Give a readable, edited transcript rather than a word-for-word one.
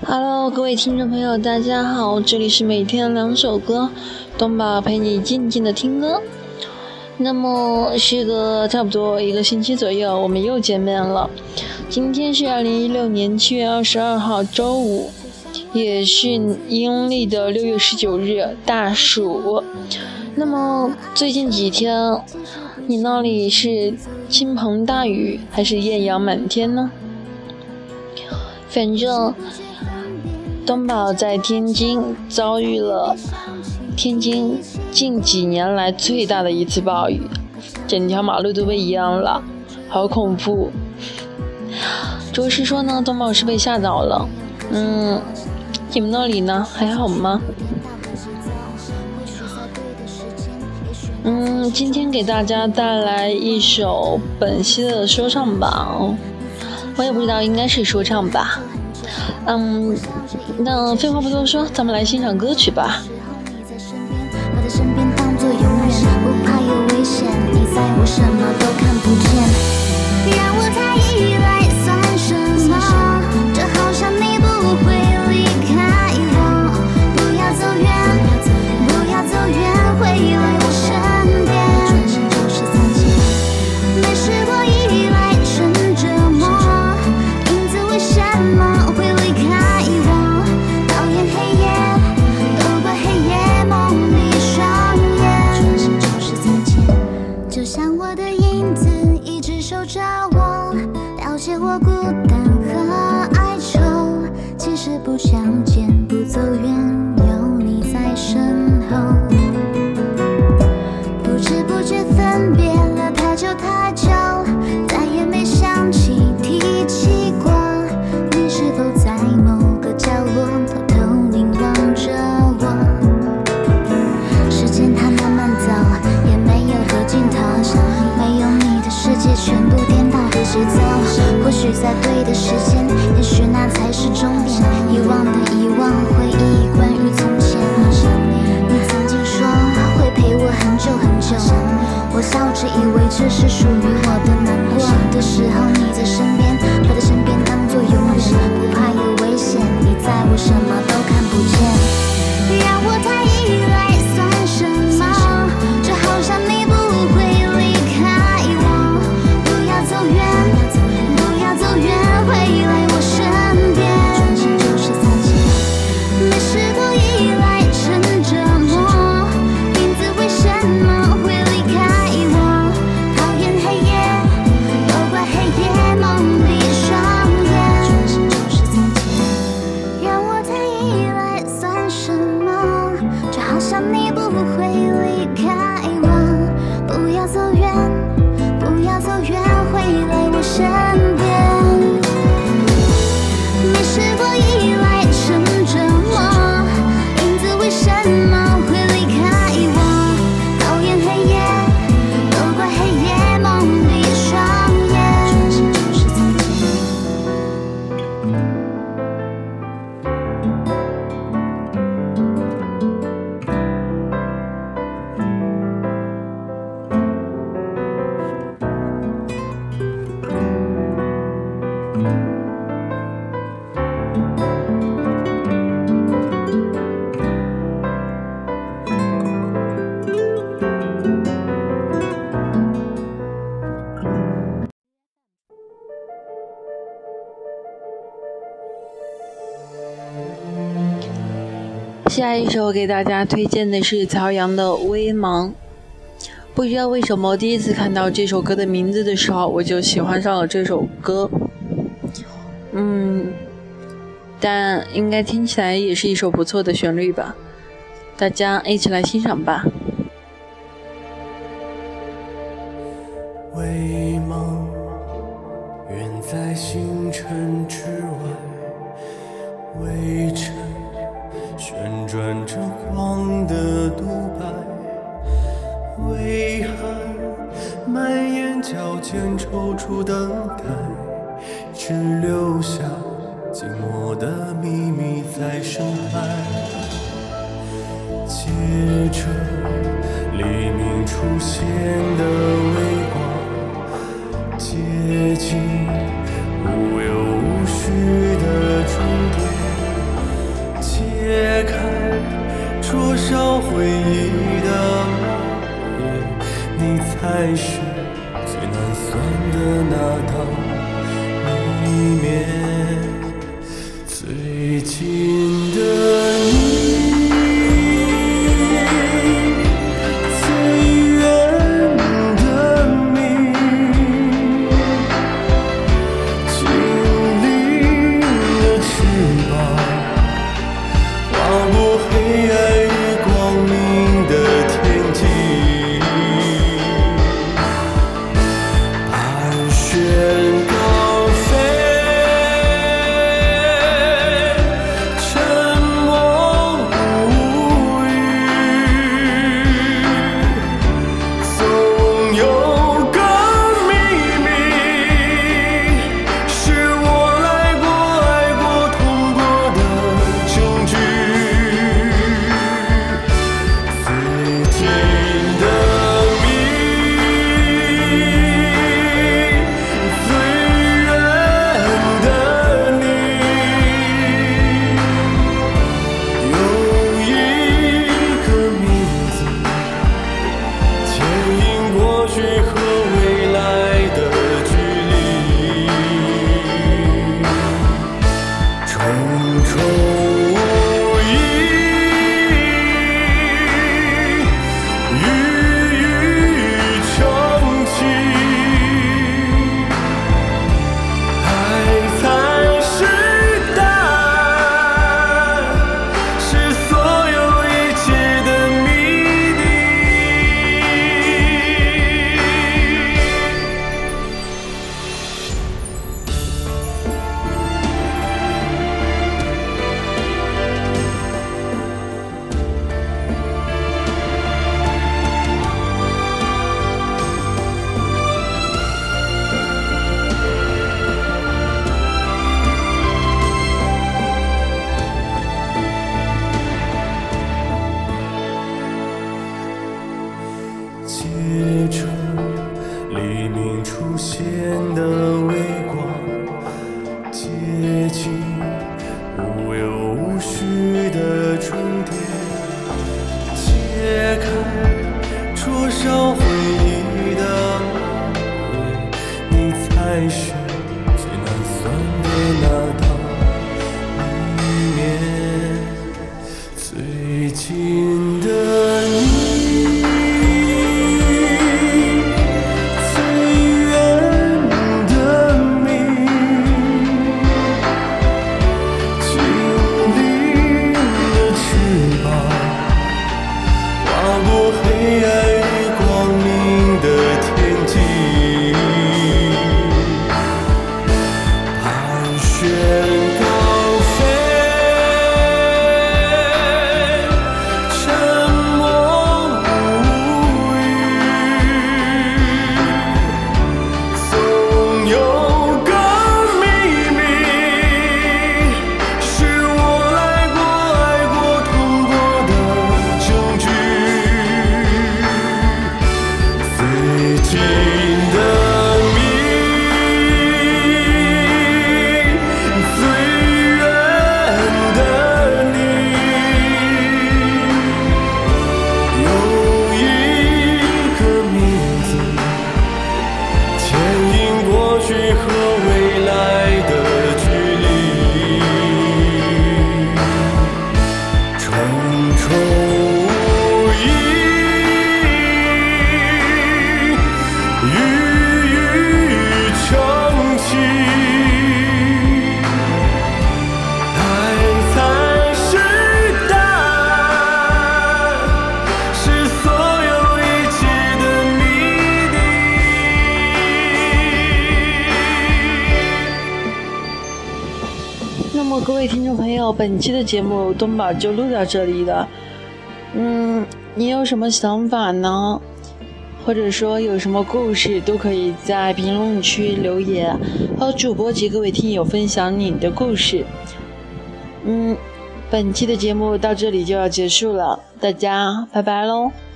Hello， 各位听众朋友，大家好，这里是每天2首歌，东宝陪你静静的听歌。那么是个差不多1个星期左右，我们又见面了。今天是2016年7月22号周五，也是阴历的6月19日大暑。那么最近几天，你那里是倾盆大雨还是艳阳满天呢？反正东宝在天津遭遇了天津近几年来最大的一次暴雨，整条马路都被淹了，好恐怖。主要是说呢，东宝是被吓到了。你们那里呢，还好吗？今天给大家带来一首本兮的说唱吧，我也不知道，应该是说唱吧。那废话不多说，咱们来欣赏歌曲吧。 我的身边当作永远，不怕有危险，你在我什么都看不见，让我太依赖算什么？这好像你不会离开我，不要走远，不要走远，回来我身边。转身就是散尽，没试过依赖成折磨，影子为什么会离开我？讨厌黑夜，都怪黑夜梦里双眼。转身就是再见，就像我的影子一直守着我，了解我孤单和哀愁。其实不想见，不走远，有你在身后。不知不觉分别了太久太久，再也没想起提起过。你是否在某个角落偷偷凝望着我？时间它慢慢走，也没有个尽头，没有你的世界全部颠倒的节奏。或许在对的时间，也许那才是终点。遗忘的遗忘，回忆关于从前。你曾经说会陪我很久很久，我笑着以为这是属于我的难过的时候，你在身边，把在身边当作永远，不怕有危险，你在我什么都看不见，让我太依赖算什么？这好像你不会离开我，不要走远，不要走远，回来我身边。转身就是再见，没试过依赖成折磨，影子为什么会离开我？讨厌黑夜，都怪黑夜梦里双眼。转身就是再见，让我太依赖算什么？就好像你不会离开我，不要走远，不要走远，回来我身边。没试过依赖成折磨，影子为什么会离开我？讨厌黑夜，都怪黑夜梦里双眼。转身就是再下一首给大家推荐的是曹阳的《微茫》。不知道为什么，第一次看到这首歌的名字的时候，我就喜欢上了这首歌。但应该听起来也是一首不错的旋律吧，大家一起来欣赏吧。 微茫，远在星辰之外，微尘旋转着光的独白，微寒蔓延脚尖抽搐等待，只留下寂寞的秘密在深海。借着黎明出现的微光，接近无忧无绪的终点。 接近，无忧无绪的终点，揭开桌上回忆的马尾，你才是最难算的那道谜面。最近的你，最远的你，精灵的翅膀划过黑暗与光明的天际，盘旋高飞，沉默无语，总有个秘密，是我来过爱过痛过的证据。最近的你，最远的你，有一个名字牵引过去和未来的距离，重重无依，郁郁成期，爱才是答案，是所有一切的谜底。 那么各位听众朋友，本期的节目东宝就录到这里了。你有什么想法呢？或者说有什么故事，都可以在评论区留言，和主播及各位听友分享你的故事。本期的节目到这里就要结束了，大家拜拜喽。